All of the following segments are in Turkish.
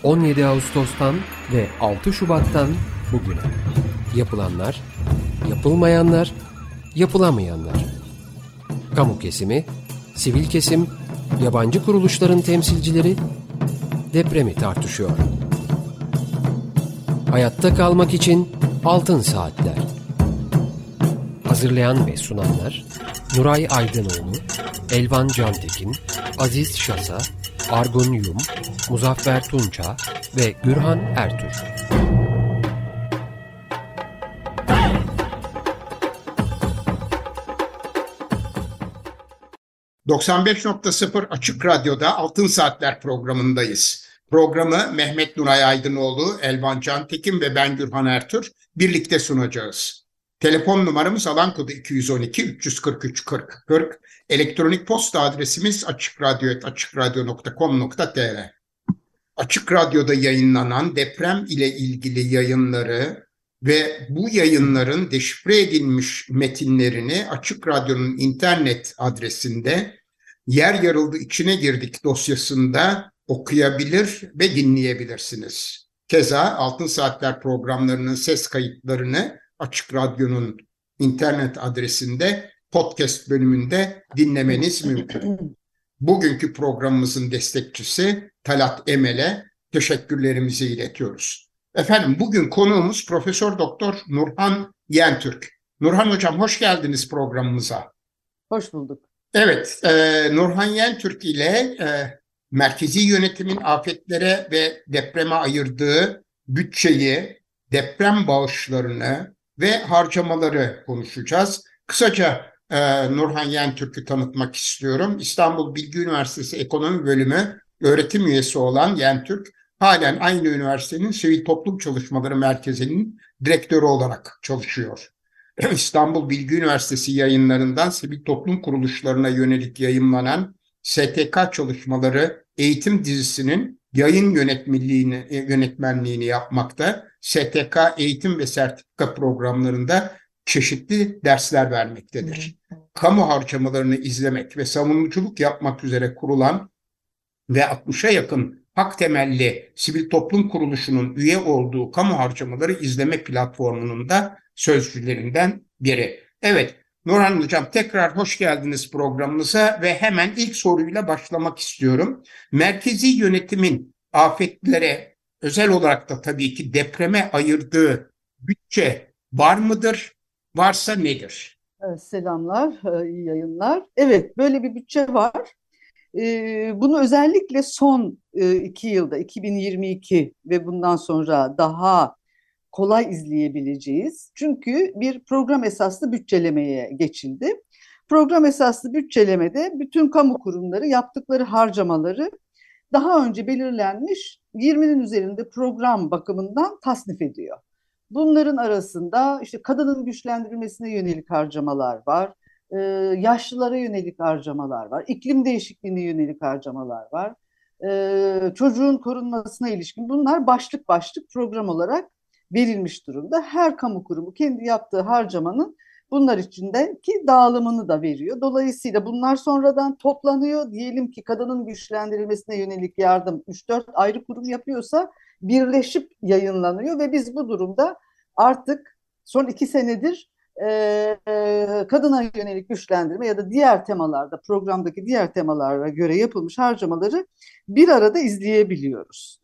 17 Ağustos'tan ve 6 Şubat'tan bugüne. Yapılanlar, yapılmayanlar, yapılamayanlar. Kamu kesimi, sivil kesim, yabancı kuruluşların temsilcileri depremi tartışıyor. Hayatta kalmak için Altın Saatler. Hazırlayan ve sunanlar Nuray Aydınoğlu, Elvan Cantekin, Aziz Şasa, Argun Yum, Muzaffer Tunça ve Gürhan Ertür. ...95.0 Açık Radyo'da Altın Saatler programındayız. Programı Mehmet Nuray Aydınoğlu, Elvan Cantekin ve ben Gürhan Ertür birlikte sunacağız. Telefon numaramız alan kodu 212 343 40 40. Elektronik posta adresimiz açıkradyo@açıkradyo.com.tr. Açık Radyo'da yayınlanan deprem ile ilgili yayınları ve bu yayınların deşifre edilmiş metinlerini Açık Radyo'nun internet adresinde Yer Yarıldı İçine Girdik dosyasında okuyabilir ve dinleyebilirsiniz. Keza Altın Saatler programlarının ses kayıtlarını Açık Radyo'nun internet adresinde podcast bölümünde dinlemeniz mümkün. Bugünkü programımızın destekçisi Talat Emel'e teşekkürlerimizi iletiyoruz. Efendim bugün konuğumuz Profesör Doktor Nurhan Yentürk. Nurhan Hocam hoş geldiniz programımıza. Hoş bulduk. Evet, Nurhan Yentürk ile merkezi yönetimin afetlere ve depreme ayırdığı bütçeyi, deprem bağışlarını ve harcamaları konuşacağız. Kısaca Nurhan Yentürk'ü tanıtmak istiyorum. İstanbul Bilgi Üniversitesi Ekonomi Bölümü öğretim üyesi olan Yentürk, halen aynı üniversitenin Sivil Toplum Çalışmaları Merkezi'nin direktörü olarak çalışıyor. İstanbul Bilgi Üniversitesi yayınlarından sivil toplum kuruluşlarına yönelik yayımlanan STK Çalışmaları Eğitim dizisinin yayın yönetmenliğini yapmakta. STK eğitim ve sertifika programlarında çeşitli dersler vermektedir. Kamu harcamalarını izlemek ve savunuculuk yapmak üzere kurulan ve 60'a yakın hak temelli sivil toplum kuruluşunun üye olduğu kamu harcamaları izleme platformunun da sözcülerinden biri. Evet, Nurhan Hocam tekrar hoş geldiniz programımıza ve hemen ilk soruyla başlamak istiyorum. Merkezi yönetimin afetlere, özel olarak da tabii ki depreme ayırdığı bütçe var mıdır? Varsa nedir? Selamlar, iyi yayınlar. Evet, böyle bir bütçe var. Bunu özellikle son 2 yılda, 2022 ve bundan sonra daha kolay izleyebileceğiz. Çünkü bir program esaslı bütçelemeye geçildi. Program esaslı bütçelemede bütün kamu kurumları yaptıkları harcamaları daha önce belirlenmiş 20'nin üzerinde program bakımından tasnif ediyor. Bunların arasında işte kadının güçlendirilmesine yönelik harcamalar var, yaşlılara yönelik harcamalar var, iklim değişikliğine yönelik harcamalar var, çocuğun korunmasına ilişkin bunlar başlık başlık program olarak verilmiş durumda. Her kamu kurumu kendi yaptığı harcamanın bunlar içindeki dağılımını da veriyor. Dolayısıyla bunlar sonradan toplanıyor. Diyelim ki kadının güçlendirilmesine yönelik yardım 3-4 ayrı kurum yapıyorsa birleşip yayınlanıyor ve biz bu durumda artık son 2 senedir kadına yönelik güçlendirme ya da diğer temalarda, programdaki diğer temalara göre yapılmış harcamaları bir arada izleyebiliyoruz.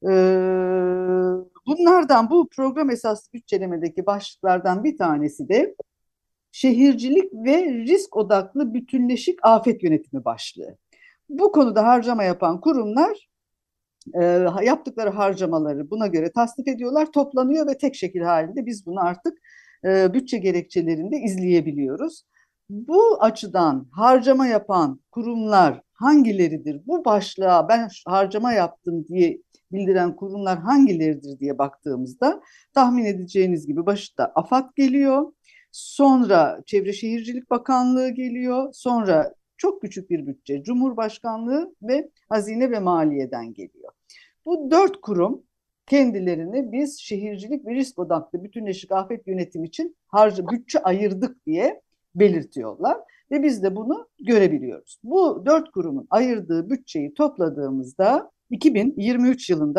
Bunlardan, bu program esaslı bütçelemedeki başlıklardan bir tanesi de şehircilik ve risk odaklı bütünleşik afet yönetimi başlığı. Bu konuda harcama yapan kurumlar yaptıkları harcamaları buna göre tasnif ediyorlar, toplanıyor ve tek şekil halinde biz bunu artık bütçe gerekçelerinde izleyebiliyoruz. Bu açıdan harcama yapan kurumlar hangileridir? Bu başlığa ben harcama yaptım diye bildiren kurumlar hangileridir diye baktığımızda tahmin edeceğiniz gibi başta AFAD geliyor, sonra Çevre Şehircilik Bakanlığı geliyor, sonra çok küçük bir bütçe Cumhurbaşkanlığı ve Hazine ve Maliye'den geliyor. Bu 4 kurum kendilerini biz şehircilik ve risk odaklı bütünleşik afet yönetimi için bütçe ayırdık diye belirtiyorlar ve biz de bunu görebiliyoruz. Bu 4 kurumun ayırdığı bütçeyi topladığımızda 2023 yılında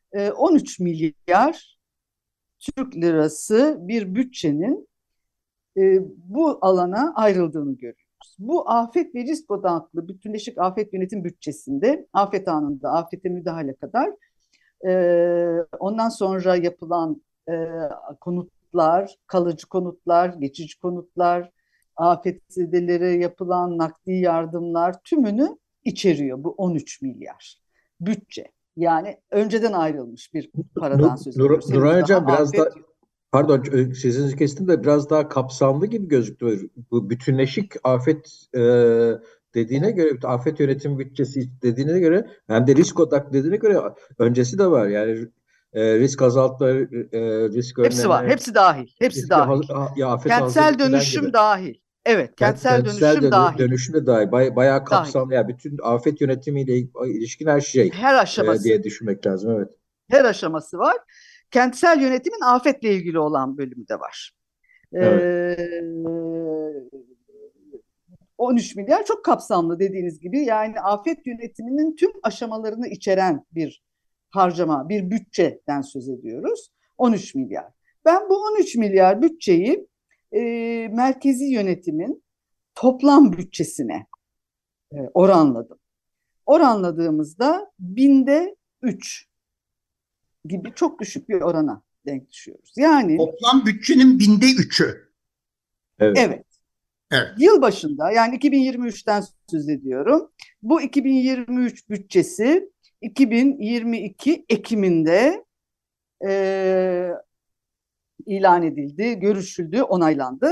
13 milyar Türk lirası bir bütçenin bu alana ayrıldığını görüyoruz. Bu afet ve risk odaklı bütünleşik afet yönetim bütçesinde afet anında afete müdahale kadar ondan sonra yapılan konutlar, kalıcı konutlar, geçici konutlar, afetzedelere yapılan nakdi yardımlar tümünü içeriyor bu 13 milyar bütçe. Yani önceden ayrılmış bir paradan söz ediyoruz. Henüz Nuray daha Hocam biraz afet da pardon sözünüzü kestim de biraz daha kapsamlı gibi gözüktü. Bu bütünleşik afet dediğine göre afet yönetim bütçesi dediğine göre hem de risk odaklı dediğine göre öncesi de var. Yani risk azaltma, risk hepsi var. önleme, Hepsi dahil. Hepsi dahil. afete Kentsel hazırlık falan gibi. dönüşüm dahil. Evet, kentsel Kentsel dönüşüm dahil. dönüşüm de dahil. Bayağı Dahil. kapsamlı. Yani bütün afet yönetimiyle ilişkin her şey Her aşaması. diye düşünmek lazım. Evet. Her aşaması var. Kentsel yönetimin afetle ilgili olan bölümü de var. Evet. 13 milyar çok kapsamlı dediğiniz gibi. Yani afet yönetiminin tüm aşamalarını içeren bir harcama, bir bütçeden söz ediyoruz. 13 milyar. Ben bu 13 milyar bütçeyi merkezi yönetimin toplam bütçesine oranladım. Oranladığımızda binde 3 gibi çok düşük bir orana denk düşüyoruz. Yani Toplam bütçenin binde 3'ü. Evet. evet. Evet. Yıl başında yani 2023'ten söz ediyorum. Bu 2023 bütçesi 2022 Ekim'inde ilan edildi, görüşüldü, onaylandı.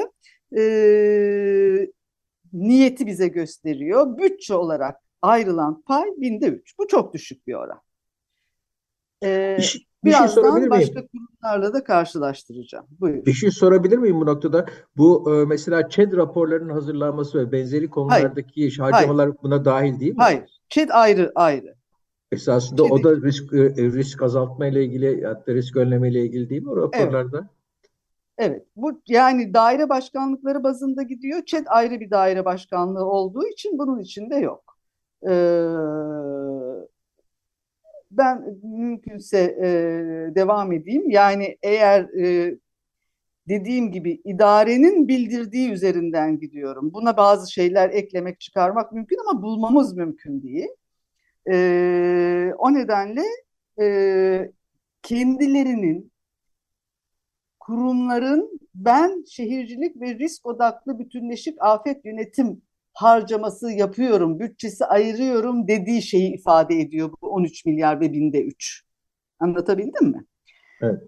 Niyeti bize gösteriyor. Bütçe olarak ayrılan pay binde 3. Bu çok düşük bir oran. Bir şey sorabilir Birazdan miyim? başka kurumlarla da karşılaştıracağım. Buyur. Bir şey sorabilir miyim bu noktada? Bu mesela ÇED raporlarının hazırlanması ve benzeri Hayır, konulardaki hayır, harcamalar buna dahil değil mi? hayır. ÇED ayrı ayrı. Esasında o da risk azaltma ile ilgili hatta risk önleme ile ilgili değil mi o Evet. raporlarda? Evet, bu yani daire başkanlıkları bazında gidiyor. ÇED ayrı bir daire başkanlığı olduğu için bunun içinde yok. Ben mümkünse devam edeyim. Yani eğer dediğim gibi idarenin bildirdiği üzerinden gidiyorum. Buna bazı şeyler eklemek, çıkarmak mümkün ama bulmamız mümkün değil. O nedenle kendilerinin kurumların ben şehircilik ve risk odaklı bütünleşik afet yönetim harcaması yapıyorum, bütçesi ayırıyorum dediği şeyi ifade ediyor bu 13 milyar ve binde 3. Anlatabildim mi? Evet.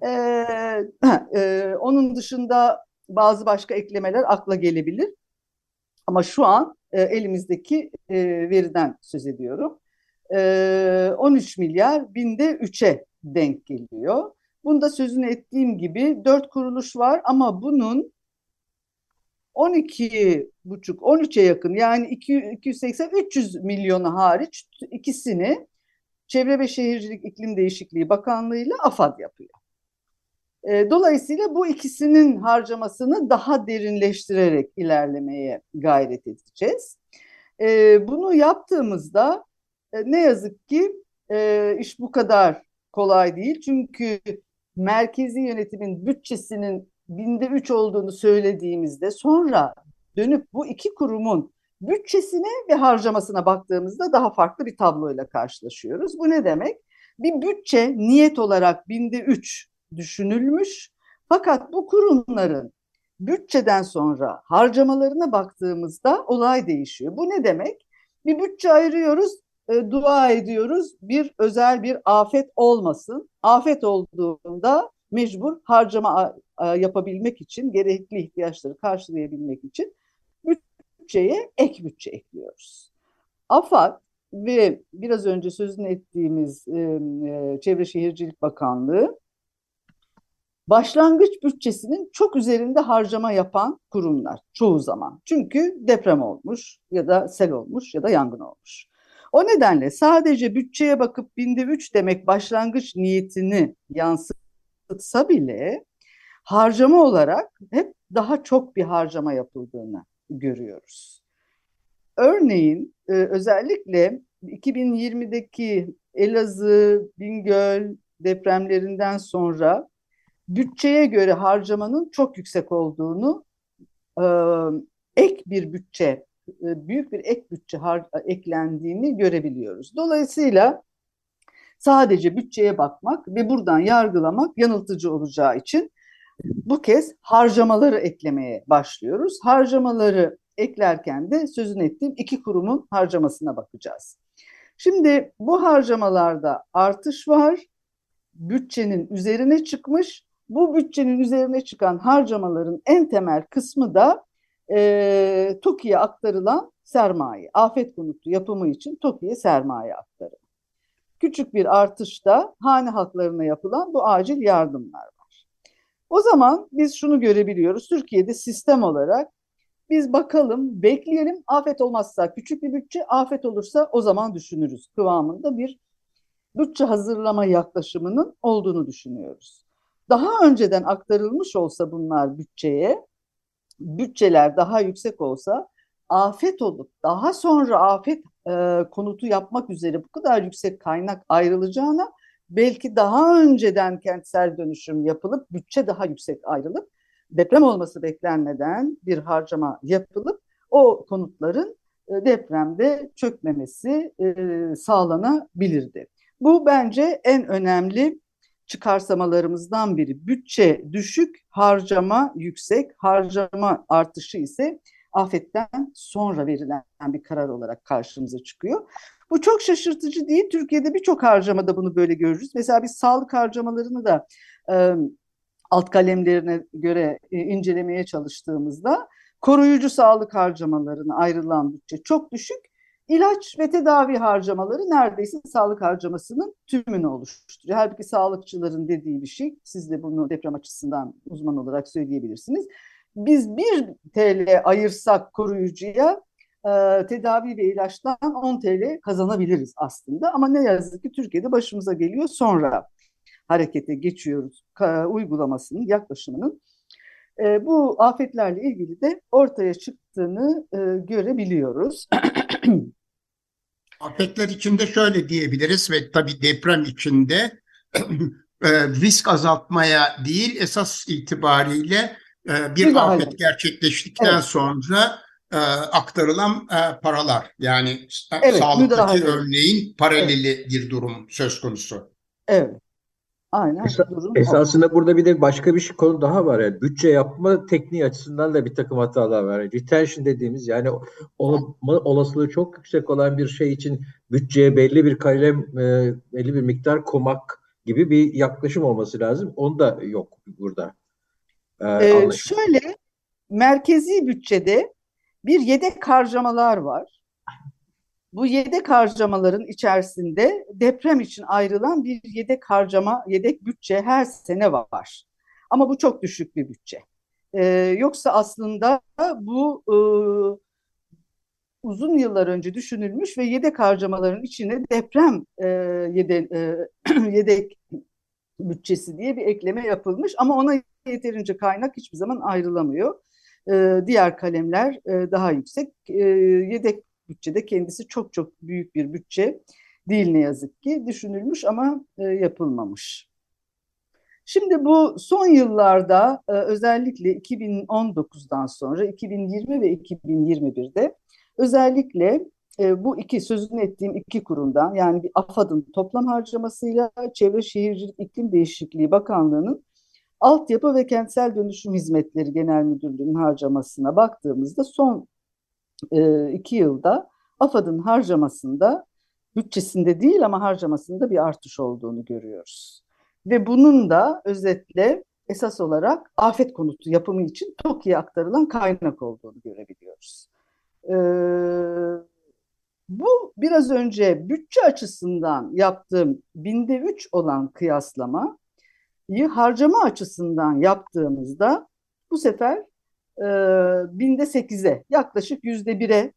Onun dışında bazı başka eklemeler akla gelebilir. Ama şu an elimizdeki veriden söz ediyorum. 13 milyar binde 3'e denk geliyor. Bunda sözünü ettiğim gibi 4 kuruluş var ama bunun 12,5-13'e yakın yani 280-300 milyonu hariç ikisini Çevre ve Şehircilik İklim Değişikliği Bakanlığı ile AFAD yapıyor. Dolayısıyla bu ikisinin harcamasını daha derinleştirerek ilerlemeye gayret edeceğiz. Bunu yaptığımızda ne yazık ki iş bu kadar kolay değil. Çünkü merkezi yönetimin bütçesinin binde 3 olduğunu söylediğimizde sonra dönüp bu iki kurumun bütçesine ve harcamasına baktığımızda daha farklı bir tabloyla karşılaşıyoruz. Bu ne demek? Bir bütçe niyet olarak binde 3 düşünülmüş. Fakat bu kurumların bütçeden sonra harcamalarına baktığımızda olay değişiyor. Bu ne demek? Bir bütçe ayırıyoruz, dua ediyoruz bir özel bir afet olmasın. Afet olduğunda mecbur harcama yapabilmek için, gerekli ihtiyaçları karşılayabilmek için bütçeye ek bütçe ekliyoruz. AFAD ve biraz önce sözünü ettiğimiz Çevre Şehircilik Bakanlığı başlangıç bütçesinin çok üzerinde harcama yapan kurumlar çoğu zaman. Çünkü deprem olmuş ya da sel olmuş ya da yangın olmuş. O nedenle sadece bütçeye bakıp binde 3 demek başlangıç niyetini yansıtsa bile harcama olarak hep daha çok bir harcama yapıldığını görüyoruz. Örneğin özellikle 2020'deki Elazığ, Bingöl, depremlerinden sonra bütçeye göre harcamanın çok yüksek olduğunu, e, ek bir bütçe, büyük bir ek bütçe eklendiğini görebiliyoruz. Dolayısıyla sadece bütçeye bakmak ve buradan yargılamak yanıltıcı olacağı için bu kez harcamaları eklemeye başlıyoruz. Harcamaları eklerken de sözünü ettiğim iki kurumun harcamasına bakacağız. Şimdi bu harcamalarda artış var, bütçenin üzerine çıkmış. Bu bütçenin üzerine çıkan harcamaların en temel kısmı da TOKİ'ye aktarılan sermaye. Afet konutu yapımı için TOKİ'ye sermaye aktarı. Küçük bir artışta hane halklarına yapılan bu acil yardımlar var. O zaman biz şunu görebiliyoruz. Türkiye'de sistem olarak biz bakalım, bekleyelim. Afet olmazsa küçük bir bütçe, afet olursa o zaman düşünürüz kıvamında bir bütçe hazırlama yaklaşımının olduğunu düşünüyoruz. Daha önceden aktarılmış olsa bunlar bütçeye, bütçeler daha yüksek olsa, afet olup daha sonra afet konutu yapmak üzere bu kadar yüksek kaynak ayrılacağına, belki daha önceden kentsel dönüşüm yapılıp bütçe daha yüksek ayrılıp deprem olması beklenmeden bir harcama yapılıp o konutların depremde çökmemesi sağlanabilirdi. Bu bence en önemli çıkarsamalarımızdan biri. Bütçe düşük, harcama yüksek, harcama artışı ise afetten sonra verilen bir karar olarak karşımıza çıkıyor. Bu çok şaşırtıcı değil. Türkiye'de birçok harcamada bunu böyle görürüz. Mesela biz sağlık harcamalarını da alt kalemlerine göre incelemeye çalıştığımızda koruyucu sağlık harcamalarına ayrılan bütçe çok düşük. İlaç ve tedavi harcamaları neredeyse sağlık harcamasının tümünü oluşturuyor. Halbuki sağlıkçıların dediği bir şey, siz de bunu deprem açısından uzman olarak söyleyebilirsiniz. Biz 1 TL ayırsak koruyucuya tedavi ve ilaçtan 10 TL kazanabiliriz aslında. Ama ne yazık ki Türkiye'de başımıza geliyor, sonra harekete geçiyoruz uygulamasının, yaklaşımının. Bu afetlerle ilgili de ortaya çıktığını görebiliyoruz. Afetler içinde şöyle diyebiliriz ve tabii deprem içinde risk azaltmaya değil, esas itibariyle bir Müdahale. afet gerçekleştikten Evet. sonra aktarılan paralar. Yani Evet, sağlıktaki müdahale. örneğin paraleli bir durum söz konusu. Evet, aynen durum o. Esasında burada bir de başka bir konu daha var. Yani bütçe yapma tekniği açısından da bir takım hatalar var. Yani retention dediğimiz, yani olma olasılığı çok yüksek olan bir şey için bütçeye belli bir kalem, belli bir miktar koymak gibi bir yaklaşım olması lazım. Onu da yok burada. Şöyle, merkezi bütçede bir yedek harcamalar var. Bu yedek harcamaların içerisinde deprem için ayrılan bir yedek harcama, yedek bütçe her sene var. Ama bu çok düşük bir bütçe. Yoksa aslında bu uzun yıllar önce düşünülmüş ve yedek harcamaların içine deprem yedek bütçesi diye bir ekleme yapılmış. Ama ona yeterince kaynak hiçbir zaman ayrılamıyor. Diğer kalemler daha yüksek. Yedek bütçede kendisi çok çok büyük bir bütçe değil ne yazık ki. Düşünülmüş ama yapılmamış. Şimdi bu son yıllarda özellikle 2019'dan sonra 2020 ve 2021'de özellikle bu iki sözünü ettiğim iki kurumdan, yani bir AFAD'ın toplam harcamasıyla Çevre Şehircilik İklim Değişikliği Bakanlığı'nın Altyapı ve Kentsel Dönüşüm Hizmetleri Genel Müdürlüğü'nün harcamasına baktığımızda son 2 yılda AFAD'ın harcamasında, bütçesinde değil ama harcamasında bir artış olduğunu görüyoruz. Ve bunun da özetle esas olarak afet konutu yapımı için TOKİ'ye aktarılan kaynak olduğunu görebiliyoruz. Bu biraz önce bütçe açısından yaptığım binde 3 olan kıyaslamayı harcama açısından yaptığımızda bu sefer binde 8'e, yaklaşık %1'e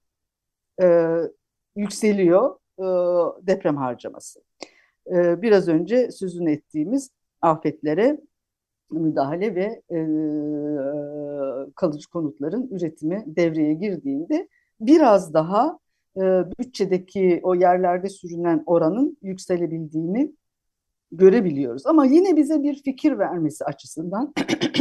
yükseliyor deprem harcaması. Biraz önce sözünü ettiğimiz afetlere müdahale ve kalıcı konutların üretimi devreye girdiğinde biraz daha bütçedeki o yerlerde sürünen oranın yükselebildiğini görebiliyoruz. Ama yine bize bir fikir vermesi açısından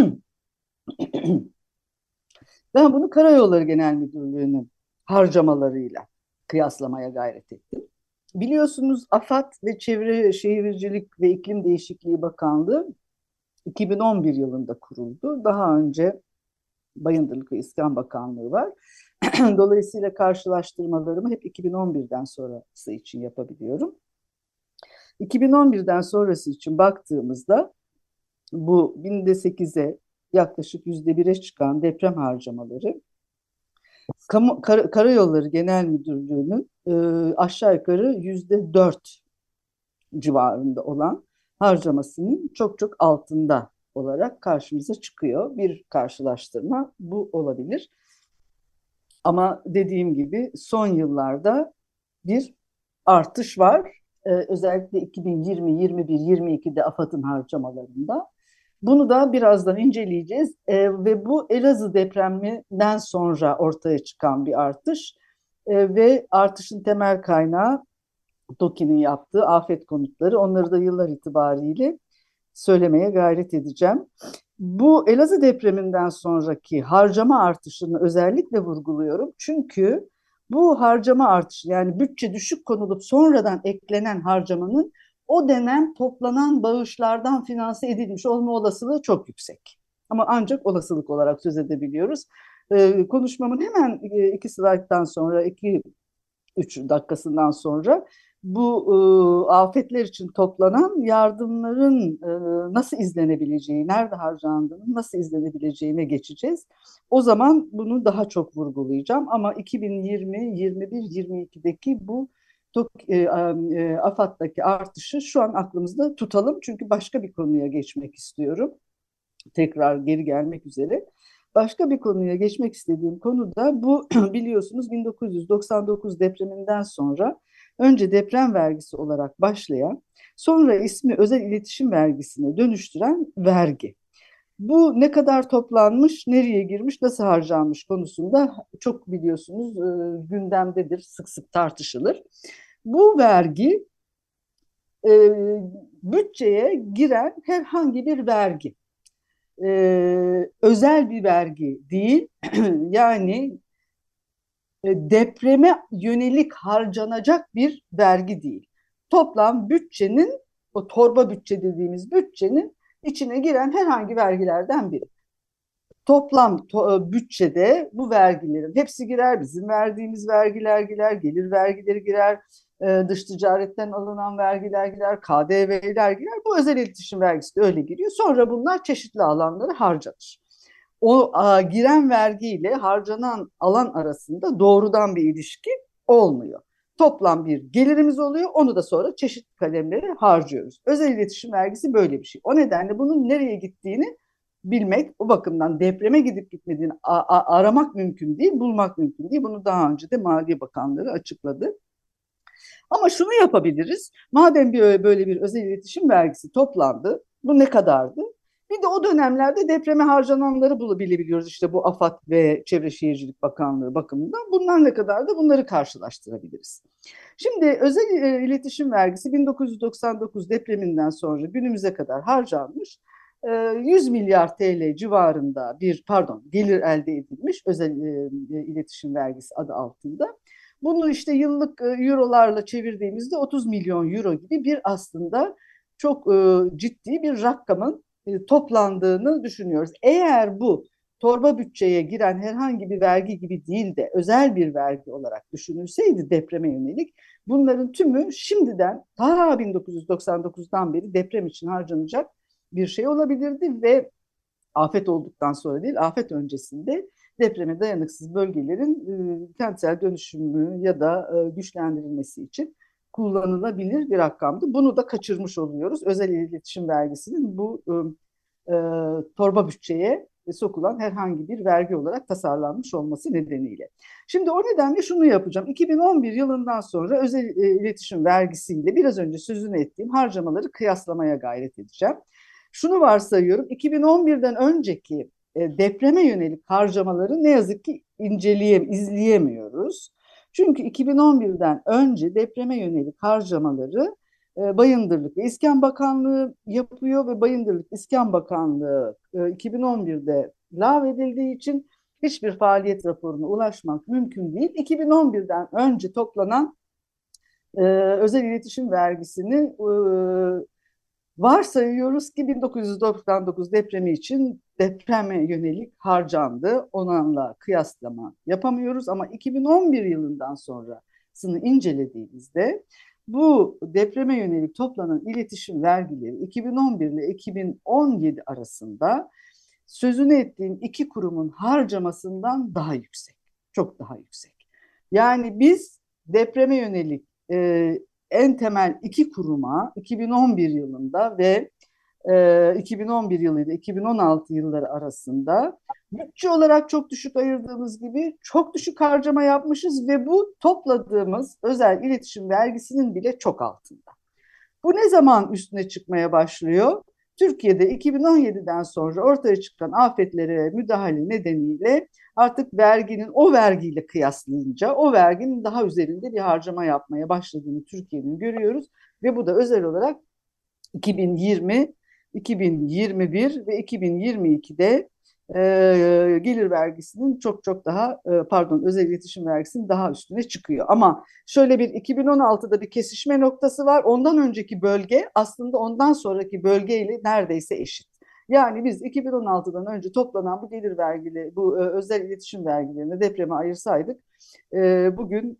ben bunu Karayolları Genel Müdürlüğü'nün harcamalarıyla kıyaslamaya gayret ettim. Biliyorsunuz AFAD ve Çevre Şehircilik ve İklim Değişikliği Bakanlığı 2011 yılında kuruldu. Daha önce Bayındırlık ve İskan Bakanlığı var. Dolayısıyla karşılaştırmalarımı hep 2011'den sonrası için yapabiliyorum. 2011'den sonrası için baktığımızda bu binde 8'e yaklaşık %1'e çıkan deprem harcamaları Karayolları Genel Müdürlüğü'nün aşağı yukarı %4 civarında olan harcamasının çok çok altında olarak karşımıza çıkıyor. Bir karşılaştırma bu olabilir. Ama dediğim gibi son yıllarda bir artış var. Özellikle 2020, 21, 22'de AFAD'ın harcamalarında. Bunu da birazdan inceleyeceğiz ve bu Elazığ depreminden sonra ortaya çıkan bir artış ve artışın temel kaynağı TOKİ'nin yaptığı afet konutları. Onları da yıllar itibariyle söylemeye gayret edeceğim. Bu Elazığ depreminden sonraki harcama artışını özellikle vurguluyorum. Çünkü bu harcama artışı, yani bütçe düşük konulup sonradan eklenen harcamanın o dönem toplanan bağışlardan finanse edilmiş olma olasılığı çok yüksek. Ama ancak olasılık olarak söz edebiliyoruz. Konuşmamın hemen 2 slayttan sonra, 2-3 dakikasından sonra bu afetler için toplanan yardımların nasıl izlenebileceği, nerede harcandığının nasıl izlenebileceğine geçeceğiz. O zaman bunu daha çok vurgulayacağım. Ama 2020, 21, 22'deki bu AFAD'daki artışı şu an aklımızda tutalım. Çünkü başka bir konuya geçmek istiyorum. Tekrar geri gelmek üzere. Başka bir konuya geçmek istediğim konu da bu, biliyorsunuz 1999 depreminden sonra önce deprem vergisi olarak başlayan, sonra ismi özel iletişim vergisine dönüştüren vergi. Bu ne kadar toplanmış, nereye girmiş, nasıl harcanmış konusunda çok biliyorsunuz gündemdedir, sık sık tartışılır. Bu vergi bütçeye giren herhangi bir vergi. Özel bir vergi değil, yani depreme yönelik harcanacak bir vergi değil. Toplam bütçenin, o torba bütçe dediğimiz bütçenin içine giren herhangi vergilerden biri. Toplam bütçede bu vergilerin hepsi girer, bizim verdiğimiz vergiler girer, gelir vergileri girer, dış ticaretten alınan vergiler girer, KDV'ler girer. Bu özel iletişim vergisi de öyle giriyor. Sonra bunlar çeşitli alanlara harcanır. O giren vergiyle harcanan alan arasında doğrudan bir ilişki olmuyor. Toplam bir gelirimiz oluyor, onu da sonra çeşitli kalemlere harcıyoruz. Özel iletişim vergisi böyle bir şey. O nedenle bunun nereye gittiğini bilmek, o bakımdan depreme gidip gitmediğini aramak mümkün değil, bulmak mümkün değil. Bunu daha önce de Maliye Bakanları açıkladı. Ama şunu yapabiliriz. Madem böyle bir özel iletişim vergisi toplandı, bu ne kadardı? Bir de o dönemlerde depreme harcananları bilebiliyoruz. İşte bu AFAD ve Çevre Şehircilik Bakanlığı bakımından. Bunlar ne kadardı? Bunları karşılaştırabiliriz. Şimdi özel iletişim vergisi 1999 depreminden sonra günümüze kadar harcanmış. 100 milyar TL civarında gelir elde edilmiş özel iletişim vergisi adı altında. Bunu işte yıllık eurolarla çevirdiğimizde 30 milyon euro gibi bir aslında çok ciddi bir rakamın toplandığını düşünüyoruz. Eğer bu torba bütçeye giren herhangi bir vergi gibi değil de özel bir vergi olarak düşünülseydi depreme yönelik, bunların tümü şimdiden ta 1999'dan beri deprem için harcanacak bir şey olabilirdi ve afet olduktan sonra değil, afet öncesinde depreme dayanıksız bölgelerin kentsel dönüşümü ya da güçlendirilmesi için kullanılabilir bir rakamdı. Bunu da kaçırmış oluyoruz. Özel iletişim vergisinin bu torba bütçeye sokulan herhangi bir vergi olarak tasarlanmış olması nedeniyle. Şimdi o nedenle şunu yapacağım. 2011 yılından sonra özel iletişim vergisiyle biraz önce sözünü ettiğim harcamaları kıyaslamaya gayret edeceğim. Şunu varsayıyorum, 2011'den önceki depreme yönelik harcamaları ne yazık ki izleyemiyoruz. Çünkü 2011'den önce depreme yönelik harcamaları Bayındırlık ve İskan Bakanlığı yapıyor ve Bayındırlık İskan Bakanlığı 2011'de lağvedildiği için hiçbir faaliyet raporuna ulaşmak mümkün değil. 2011'den önce toplanan özel iletişim vergisini varsayıyoruz ki 1999 depremi için depreme yönelik harcandı. Onunla kıyaslama yapamıyoruz ama 2011 yılından sonrasını incelediğimizde bu depreme yönelik toplanan iletişim vergileri 2011 ile 2017 arasında sözünü ettiğim iki kurumun harcamasından daha yüksek. Çok daha yüksek. Yani biz depreme yönelik en temel iki kuruma 2011 yılında ve 2011 yılıyla 2016 yılları arasında bütçe olarak çok düşük ayırdığımız gibi çok düşük harcama yapmışız ve bu topladığımız özel iletişim vergisinin bile çok altında. Bu ne zaman üstüne çıkmaya başlıyor? Türkiye'de 2017'den sonra ortaya çıkan afetlere müdahale nedeniyle artık o vergiyle kıyaslayınca o verginin daha üzerinde bir harcama yapmaya başladığını Türkiye'nin görüyoruz ve bu da özel olarak 2020, 2021 ve 2022'de gelir vergisinin çok daha özel iletişim vergisinin daha üstüne çıkıyor. Ama şöyle bir 2016'da bir kesişme noktası var. Ondan önceki bölge aslında ondan sonraki bölgeyle neredeyse eşit. Yani biz 2016'dan önce toplanan bu gelir vergileri, bu özel iletişim vergilerini depreme ayırsaydık bugün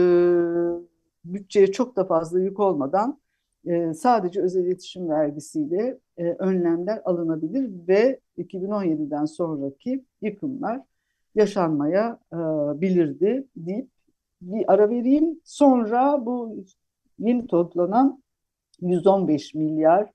bütçeye çok da fazla yük olmadan sadece özel iletişim vergisiyle önlemler alınabilir ve 2017'den sonraki yıkımlar yaşanmaya bilirdi deyip bir ara vereyim. Sonra bu yeni toplanan 115 milyar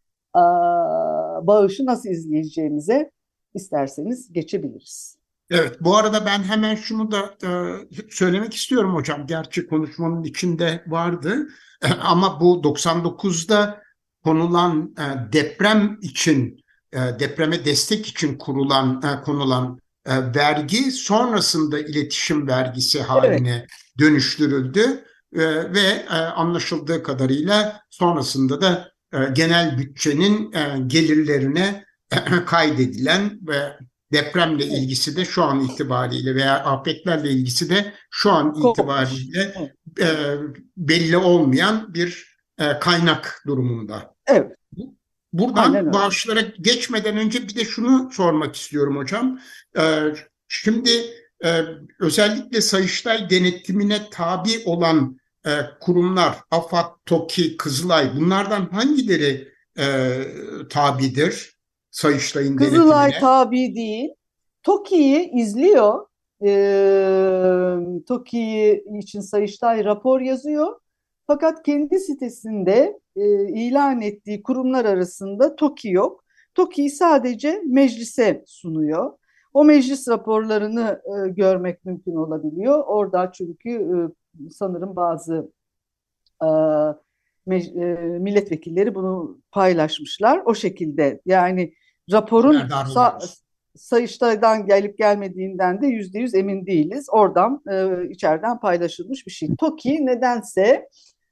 bağışı nasıl izleyeceğimize isterseniz geçebiliriz. Evet, bu arada ben hemen şunu da söylemek istiyorum hocam. Gerçi konuşmanın içinde vardı ama bu 99'da konulan deprem için, depreme destek için konulan vergi sonrasında iletişim vergisi haline dönüştürüldü ve anlaşıldığı kadarıyla sonrasında da genel bütçenin gelirlerine kaydedilen ve depremle ilgisi de şu an itibariyle veya afetlerle ilgisi de şu an itibariyle belli olmayan bir kaynak durumunda. Evet. Buradan bağışlara geçmeden önce bir de şunu sormak istiyorum hocam. Şimdi özellikle Sayıştay denetimine tabi olan kurumlar, AFAD, TOKİ, Kızılay, bunlardan hangileri tabidir Sayıştay'ın denetimine? Kızılay tabi değil. TOKİ'yi izliyor. TOKİ için Sayıştay rapor yazıyor. Fakat kendi sitesinde ilan ettiği kurumlar arasında TOKİ yok. TOKİ'yi sadece meclise sunuyor. O meclis raporlarını görmek mümkün olabiliyor. Orada çünkü sanırım bazı milletvekilleri bunu paylaşmışlar. O şekilde yani raporun Sayıştay'dan gelip gelmediğinden de %100 emin değiliz. Oradan içeriden paylaşılmış bir şey. TOKİ nedense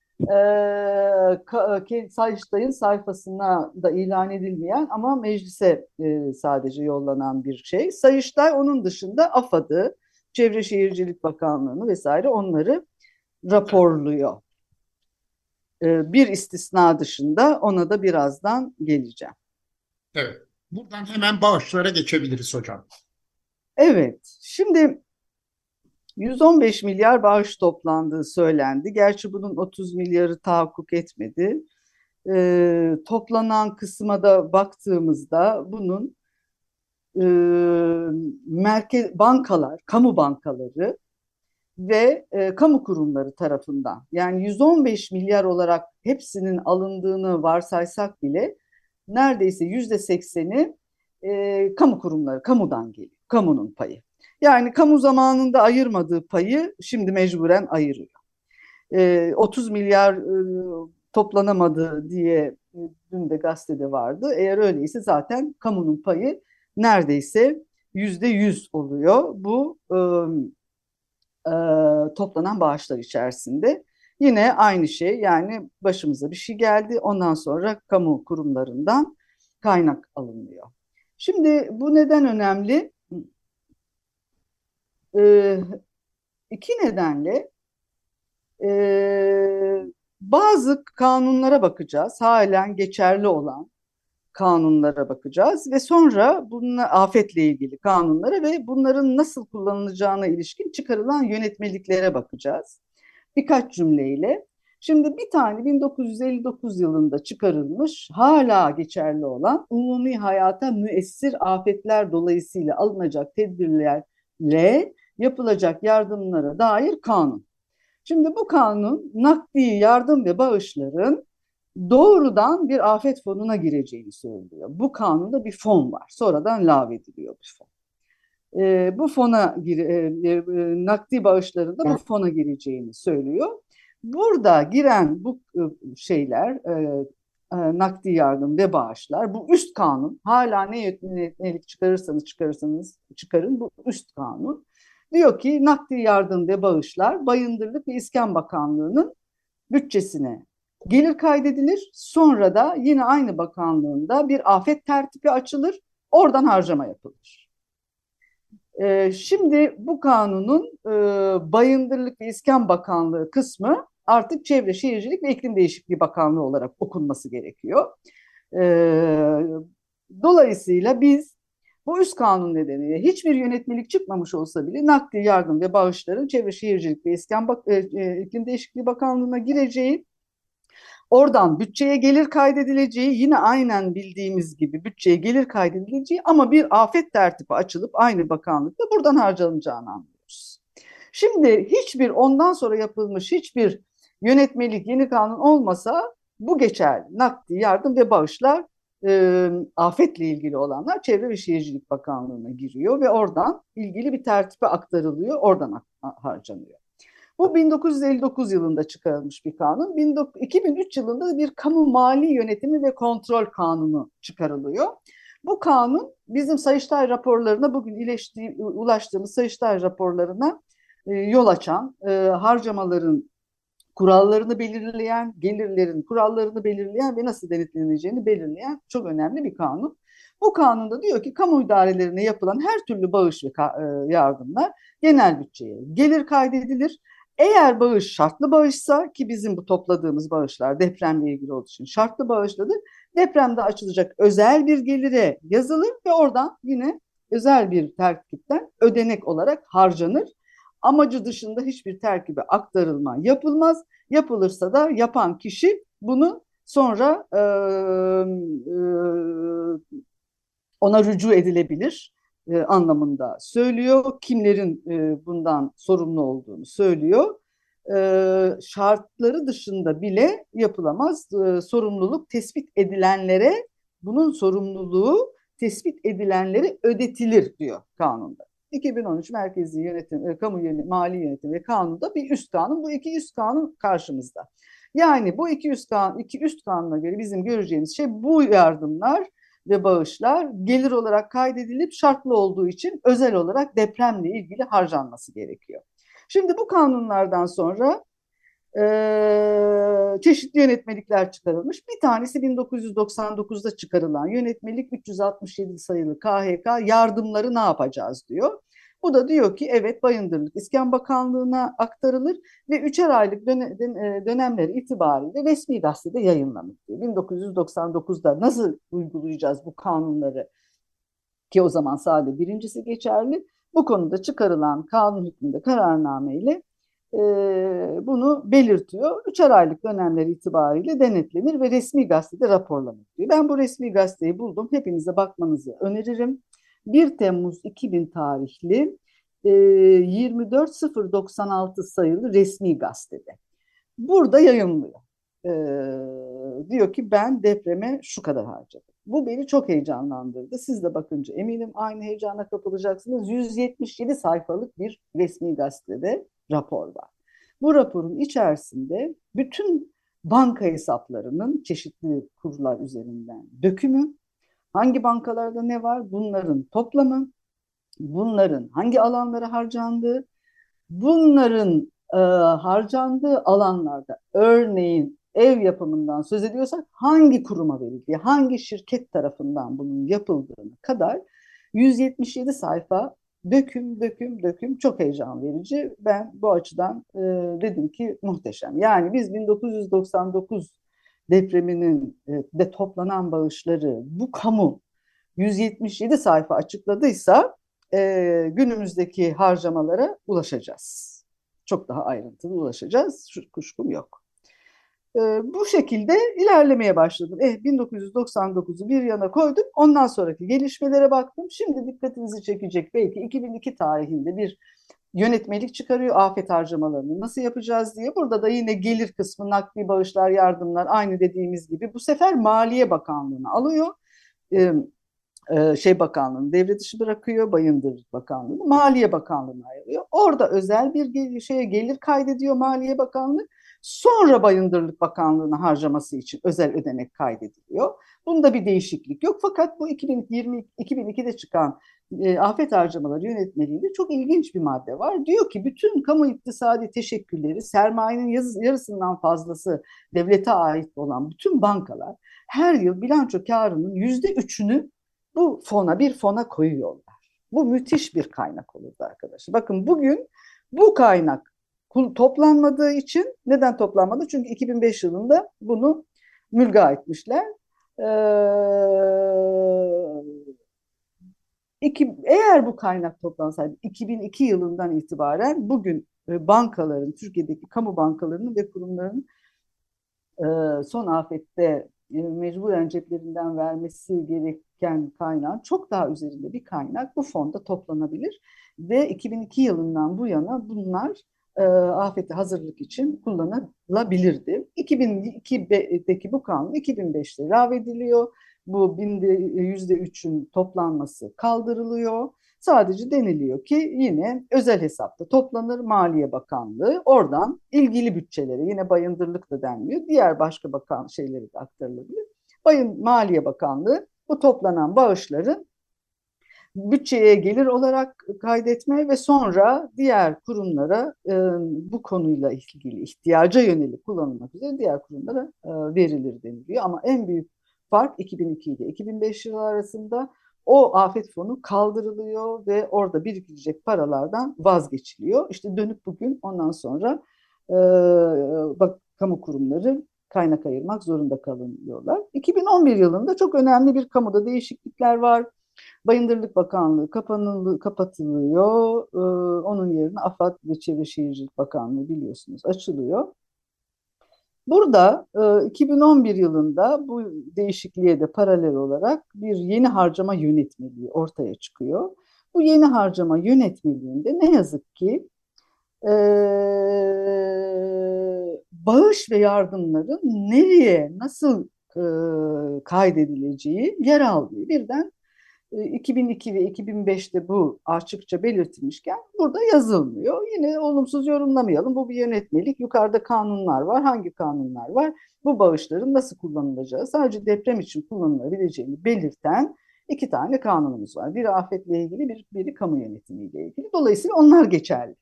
Sayıştay'ın sayfasına da ilan edilmeyen ama meclise sadece yollanan bir şey. Sayıştay onun dışında AFAD'ı, Çevre Şehircilik Bakanlığı'nı vesaire onları raporluyor. Bir istisna dışında ona da birazdan geleceğim. Evet. Buradan hemen bağışlara geçebiliriz hocam. Evet. Şimdi 115 milyar bağış toplandığı söylendi. Gerçi bunun 30 milyarı tahakkuk etmedi. Toplanan kısma da baktığımızda bunun merkez bankalar, kamu bankaları ve kamu kurumları tarafından yani 115 milyar olarak hepsinin alındığını varsaysak bile neredeyse %80'i kamu kurumları, kamudan geliyor, kamunun payı. Yani kamu zamanında ayırmadığı payı şimdi mecburen ayırıyor. 30 milyar toplanamadı diye dün de gazetede vardı. Eğer öyleyse zaten kamunun payı neredeyse %100 oluyor bu toplanan bağışlar içerisinde. Yine aynı şey, yani başımıza bir şey geldi, ondan sonra kamu kurumlarından kaynak alınıyor. Şimdi bu neden önemli? Ee, iki nedenle. Bazı kanunlara bakacağız, halen geçerli olan kanunlara bakacağız ve sonra bununla, afetle ilgili kanunlara ve bunların nasıl kullanılacağına ilişkin çıkarılan yönetmeliklere bakacağız. Birkaç cümleyle. Şimdi bir tane 1959 yılında çıkarılmış, hala geçerli olan umumi hayata müessir afetler dolayısıyla alınacak tedbirlerle yapılacak yardımlara dair kanun. Şimdi bu kanun nakdi yardım ve bağışların doğrudan bir afet fonuna gireceğini söylüyor. Bu kanunda bir fon var. Sonradan lağvediliyor bu fon. Bu fona nakdi bağışların da bu fona gireceğini söylüyor. Burada giren bu şeyler, nakdi yardım ve bağışlar, bu üst kanun, hala ne yönetmelik çıkarırsanız çıkarın, bu üst kanun diyor ki nakdi yardım ve bağışlar Bayındırlık ve İskan Bakanlığı'nın bütçesine gelir kaydedilir. Sonra da yine aynı bakanlığında bir afet tertibi açılır. Oradan harcama yapılır. Şimdi bu kanunun Bayındırlık ve İskan Bakanlığı kısmı artık Çevre Şehircilik ve İklim Değişikliği Bakanlığı olarak okunması gerekiyor. Dolayısıyla biz bu üst kanun nedeniyle hiçbir yönetmelik çıkmamış olsa bile nakdi yardım ve bağışların Çevre Şehircilik ve İklim Değişikliği Bakanlığı'na gireceği, oradan bütçeye gelir kaydedileceği, yine aynen bildiğimiz gibi bütçeye gelir kaydedileceği ama bir afet tertibi açılıp aynı bakanlıkta buradan harcanacağını anlıyoruz. Şimdi hiçbir ondan sonra yapılmış hiçbir yönetmelik, yeni kanun olmasa bu geçerli. Nakdi yardım ve bağışlar, afetle ilgili olanlar Çevre ve Şehircilik Bakanlığı'na giriyor ve oradan ilgili bir tertibe aktarılıyor, oradan harcanıyor. Bu 1959 yılında çıkarılmış bir kanun. 2003 yılında bir kamu mali yönetimi ve kontrol kanunu çıkarılıyor. Bu kanun bizim Sayıştay raporlarına, bugün ulaştığımız Sayıştay raporlarına yol açan, harcamaların kurallarını belirleyen, gelirlerin kurallarını belirleyen ve nasıl denetleneceğini belirleyen çok önemli bir kanun. Bu kanunda diyor ki kamu idarelerine yapılan her türlü bağış ve yardımlar genel bütçeye gelir kaydedilir. Eğer bağış şartlı bağışsa, ki bizim bu topladığımız bağışlar depremle ilgili olduğu için şartlı bağışladır, depremde açılacak özel bir gelire yazılır ve oradan yine özel bir terkipten ödenek olarak harcanır. Amacı dışında hiçbir terkibe aktarılma yapılmaz. Yapılırsa da yapan kişi bunu sonra ona rücu edilebilir anlamında söylüyor. Kimlerin bundan sorumlu olduğunu söylüyor. Şartları dışında bile yapılamaz. Sorumluluk tespit edilenlere, bunun sorumluluğu tespit edilenlere ödetilir diyor kanunda. 2013 Merkezi Yönetim, Mali Yönetim ve Kanun'da bir üst kanun. Bu iki üst kanun karşımızda. Yani bu iki üst kanuna göre bizim göreceğimiz şey, bu yardımlar ve bağışlar gelir olarak kaydedilip şartlı olduğu için özel olarak depremle ilgili harcanması gerekiyor. Şimdi bu kanunlardan sonra çeşitli yönetmelikler çıkarılmış. Bir tanesi 1999'da çıkarılan yönetmelik 367 sayılı KHK, yardımları ne yapacağız diyor. Bu da diyor ki evet, Bayındırlık İskan Bakanlığı'na aktarılır ve 3'er aylık dönemler itibariyle resmi gazetede yayınlanır diyor. 1999'da nasıl uygulayacağız bu kanunları, ki o zaman sadece birincisi geçerli. Bu konuda çıkarılan kanun hükmünde kararnameyle bunu belirtiyor. 3'er aylık dönemler itibariyle denetlenir ve resmi gazetede raporlanır diyor. Ben bu resmi gazeteyi buldum. Hepinize bakmanızı öneririm. 1 Temmuz 2000 tarihli 24096 sayılı resmi gazetede. Burada yayınlıyor. Diyor ki ben depreme şu kadar harcadım. Bu beni çok heyecanlandırdı. Siz de bakınca eminim aynı heyecana kapılacaksınız. 177 sayfalık bir resmi gazetede rapor var. Bu raporun içerisinde bütün banka hesaplarının çeşitli kurlar üzerinden dökümü, hangi bankalarda ne var, bunların toplamı, bunların hangi alanlara harcandığı, bunların harcandığı alanlarda, örneğin ev yapımından söz ediyorsak hangi kuruma verildiği, hangi şirket tarafından bunun yapıldığına kadar 177 sayfa döküm döküm döküm, çok heyecan verici. Ben bu açıdan dedim ki muhteşem. Yani biz 1999 depreminin de toplanan bağışları bu kamu 177 sayfa açıkladıysa günümüzdeki harcamalara ulaşacağız. Çok daha ayrıntılı ulaşacağız. Kuşkum yok. Bu şekilde ilerlemeye başladım. 1999'u bir yana koydum. Ondan sonraki gelişmelere baktım. Şimdi dikkatinizi çekecek belki 2002 tarihinde bir yönetmelik çıkarıyor afet harcamalarını nasıl yapacağız diye. Burada da yine gelir kısmı, nakdi bağışlar, yardımlar aynı dediğimiz gibi bu sefer Maliye Bakanlığı'na alıyor. Bakanlığı'nı devre dışı bırakıyor, Bayındırlık Bakanlığı'nı Maliye Bakanlığı'na ayırıyor. Orada özel bir gelir kaydediyor Maliye Bakanlığı. Sonra Bayındırlık Bakanlığı'na harcaması için özel ödenek kaydediliyor. Bunda bir değişiklik yok. Fakat bu 2002'de çıkan afet harcamaları yönetmeliğinde çok ilginç bir madde var. Diyor ki bütün kamu iktisadi teşekkülleri, sermayenin yarısından fazlası devlete ait olan bütün bankalar her yıl bilanço karının %3'ünü bu bir fona koyuyorlar. Bu müthiş bir kaynak olurdu arkadaşlar. Bakın bugün bu kaynak toplanmadığı için, neden toplanmadı? Çünkü 2005 yılında bunu mülga etmişler. Eğer bu kaynak toplansaydı 2002 yılından itibaren bugün bankaların, Türkiye'deki kamu bankalarının ve kurumlarının son afette mecburen ceplerinden vermesi gereken kaynağın çok daha üzerinde bir kaynak bu fonda toplanabilir ve 2002 yılından bu yana bunlar afete hazırlık için kullanılabilirdi. 2002'deki bu kanun 2005'te lağvediliyor. Bu %3'ün toplanması kaldırılıyor. Sadece deniliyor ki yine özel hesapta toplanır Maliye Bakanlığı. Oradan ilgili bütçelere yine bayındırlık da denmiyor. Diğer başka bakan şeyleri de aktarılabilir. Maliye Bakanlığı bu toplanan bağışları bütçeye gelir olarak kaydetme ve sonra diğer kurumlara bu konuyla ilgili ihtiyaca yönelik kullanılmak üzere diğer kurumlara verilir deniliyor. Ama en büyük fark 2002 ile 2005 yılı arasında o afet fonu kaldırılıyor ve orada birikilecek paralardan vazgeçiliyor. İşte dönüp bugün ondan sonra kamu kurumları kaynak ayırmak zorunda kalıyorlar. 2011 yılında çok önemli bir kamuda değişiklikler var. Bayındırlık Bakanlığı kapatılıyor. Onun yerine AFAD ve Çevre Şehircilik Bakanlığı biliyorsunuz açılıyor. Burada 2011 yılında bu değişikliğe de paralel olarak bir yeni harcama yönetmeliği ortaya çıkıyor. Bu yeni harcama yönetmeliğinde ne yazık ki bağış ve yardımların nereye, nasıl kaydedileceği yer aldığı birden 2002 ve 2005'te bu açıkça belirtilmişken burada yazılmıyor. Yine olumsuz yorumlamayalım. Bu bir yönetmelik. Yukarıda kanunlar var. Hangi kanunlar var? Bu bağışların nasıl kullanılacağı, sadece deprem için kullanılabileceğini belirten 2 tane kanunumuz var. Biri afetle ilgili, biri kamu yönetimiyle ilgili. Dolayısıyla onlar geçerli.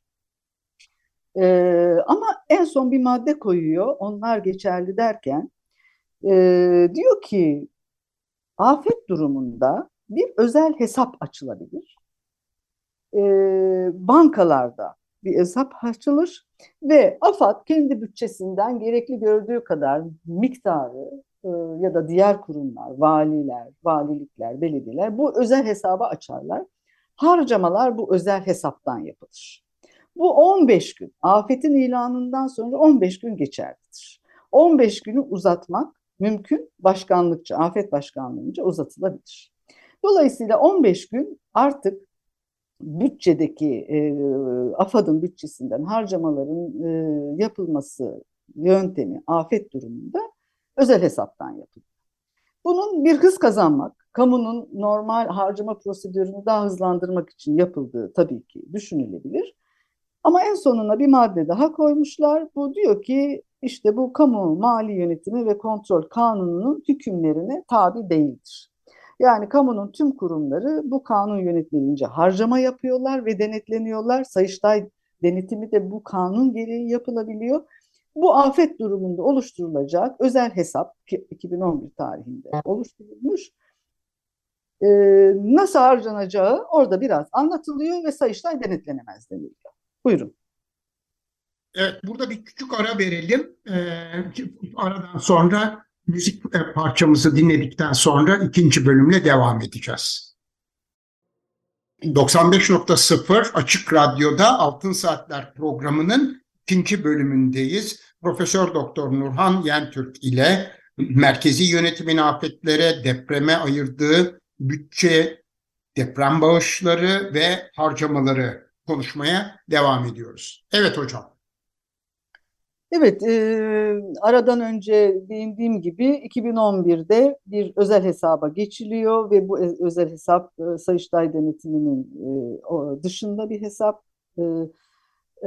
Ama en son bir madde koyuyor. Onlar geçerli derken diyor ki afet durumunda bir özel hesap açılabilir. Bankalarda bir hesap açılır ve AFAD kendi bütçesinden gerekli gördüğü kadar miktarı ya da diğer kurumlar, valiler, valilikler, belediyeler bu özel hesabı açarlar. Harcamalar bu özel hesaptan yapılır. Bu 15 gün, afetin ilanından sonra 15 gün geçerlidir. 15 günü uzatmak mümkün, başkanlıkça, afet başkanlığınca uzatılabilir. Dolayısıyla 15 gün artık bütçedeki AFAD'ın bütçesinden harcamaların yapılması yöntemi afet durumunda özel hesaptan yapılır. Bunun bir hız kazanmak, kamunun normal harcama prosedürünü daha hızlandırmak için yapıldığı tabii ki düşünülebilir. Ama en sonuna bir madde daha koymuşlar. Bu diyor ki işte bu kamu mali yönetimi ve kontrol kanununun hükümlerine tabi değildir. Yani kamunun tüm kurumları bu kanun yönetmeliğince harcama yapıyorlar ve denetleniyorlar. Sayıştay denetimi de bu kanun gereği yapılabiliyor. Bu afet durumunda oluşturulacak özel hesap ki 2011 tarihinde oluşturulmuş. Nasıl harcanacağı orada biraz anlatılıyor ve Sayıştay denetlenemez deniliyor. Buyurun. Evet, burada bir küçük ara verelim. Aradan sonra müzik parçamızı dinledikten sonra ikinci bölümle devam edeceğiz. 95.0 Açık Radyo'da Altın Saatler programının ikinci bölümündeyiz. Profesör Doktor Nurhan Yentürk ile merkezi yönetimin afetlere, depreme ayırdığı bütçe, deprem bağışları ve harcamaları konuşmaya devam ediyoruz. Evet hocam. Evet, aradan önce değindiğim gibi 2011'de bir özel hesaba geçiliyor ve bu özel hesap Sayıştay denetiminin dışında bir hesap. E,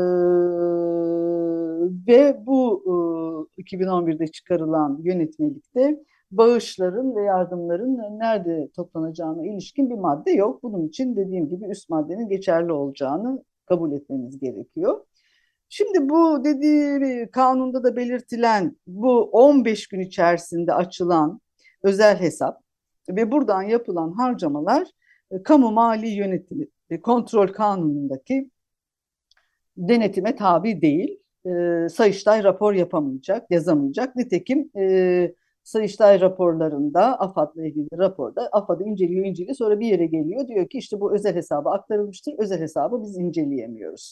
Ve bu 2011'de çıkarılan yönetmelikte bağışların ve yardımların nerede toplanacağına ilişkin bir madde yok. Bunun için dediğim gibi üst maddenin geçerli olacağını kabul etmemiz gerekiyor. Şimdi bu dediği kanunda da belirtilen bu 15 gün içerisinde açılan özel hesap ve buradan yapılan harcamalar kamu mali yönetimi kontrol kanunundaki denetime tabi değil. Sayıştay rapor yapamayacak, yazamayacak. Nitekim Sayıştay raporlarında, AFAD'la ilgili raporda AFAD'ı inceliyor, sonra bir yere geliyor. Diyor ki işte bu özel hesaba aktarılmıştır. Özel hesabı biz inceleyemiyoruz.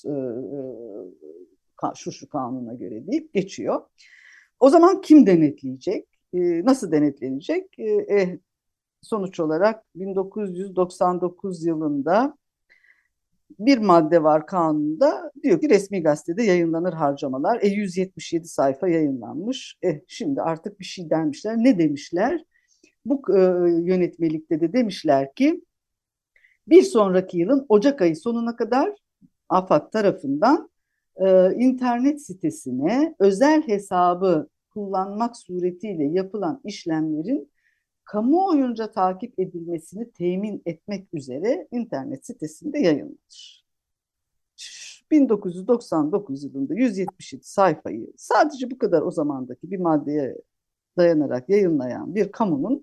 Şu kanuna göre deyip geçiyor. O zaman kim denetleyecek? Nasıl denetlenecek? Sonuç olarak 1999 yılında bir madde var kanunda. Diyor ki resmi gazetede yayınlanır harcamalar. 177 sayfa yayınlanmış. Şimdi artık bir şey dermişler. Ne demişler? Bu yönetmelikte de demişler ki bir sonraki yılın Ocak ayı sonuna kadar AFAD tarafından internet sitesine özel hesabı kullanmak suretiyle yapılan işlemlerin kamuoyunca takip edilmesini temin etmek üzere internet sitesinde yayınlanır. 1999 yılında 177 sayfayı sadece bu kadar o zamandaki bir maddeye dayanarak yayınlayan bir kamunun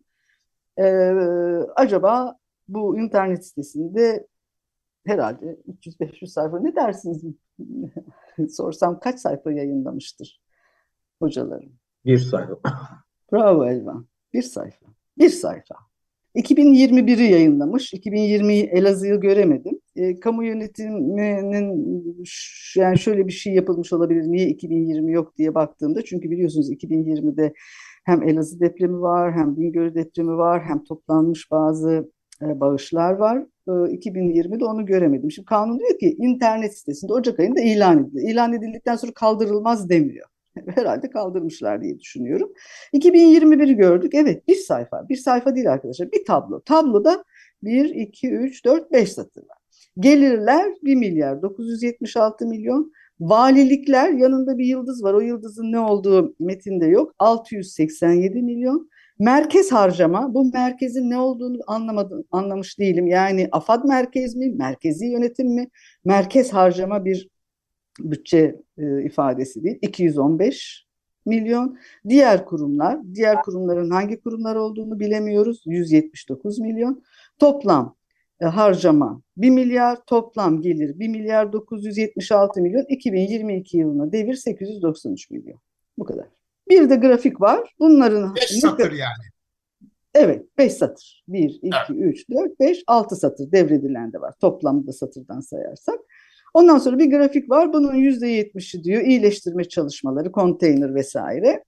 acaba bu internet sitesinde herhalde 300-500 sayfa ne dersiniz? Sorsam kaç sayfa yayınlamıştır hocalarım? Bir sayfa. Bravo Elvan. Bir sayfa. Bir sayfa. 2021'i yayınlamış. 2020'yi Elazığ'ı göremedim. Kamu yönetiminin yani şöyle bir şey yapılmış olabilir. Niye 2020 yok diye baktığımda. Çünkü biliyorsunuz 2020'de hem Elazığ depremi var, hem Bingöl depremi var, hem toplanmış bazı bağışlar var. 2020'de onu göremedim. Şimdi kanun diyor ki internet sitesinde Ocak ayında ilan edildi. İlan edildikten sonra kaldırılmaz demiyor. Herhalde kaldırmışlar diye düşünüyorum. 2021'i gördük. Evet bir sayfa. Bir sayfa değil arkadaşlar. Bir tablo. Tabloda 1, 2, 3, 4, 5 satır var. Gelirler 1 milyar 976 milyon. Valilikler yanında bir yıldız var. O yıldızın ne olduğu metinde yok. 687 milyon. Merkez harcama. Bu merkezin ne olduğunu anlamış değilim. Yani AFAD merkez mi? Merkezi yönetim mi? Merkez harcama bir bütçe ifadesi değil. 215 milyon. Diğer kurumların hangi kurumlar olduğunu bilemiyoruz. 179 milyon. Toplam harcama 1 milyar, toplam gelir 1 milyar 976 milyon. 2022 yılına devir 893 milyon. Bu kadar. Bir de grafik var. Bunların 5 satır yani. Evet, 5 satır. 1, 2, 3, 4, 5, 6 satır devredilen de var. Toplamda satırdan sayarsak. Ondan sonra bir grafik var. Bunun %70'i diyor iyileştirme çalışmaları, konteyner vesaire.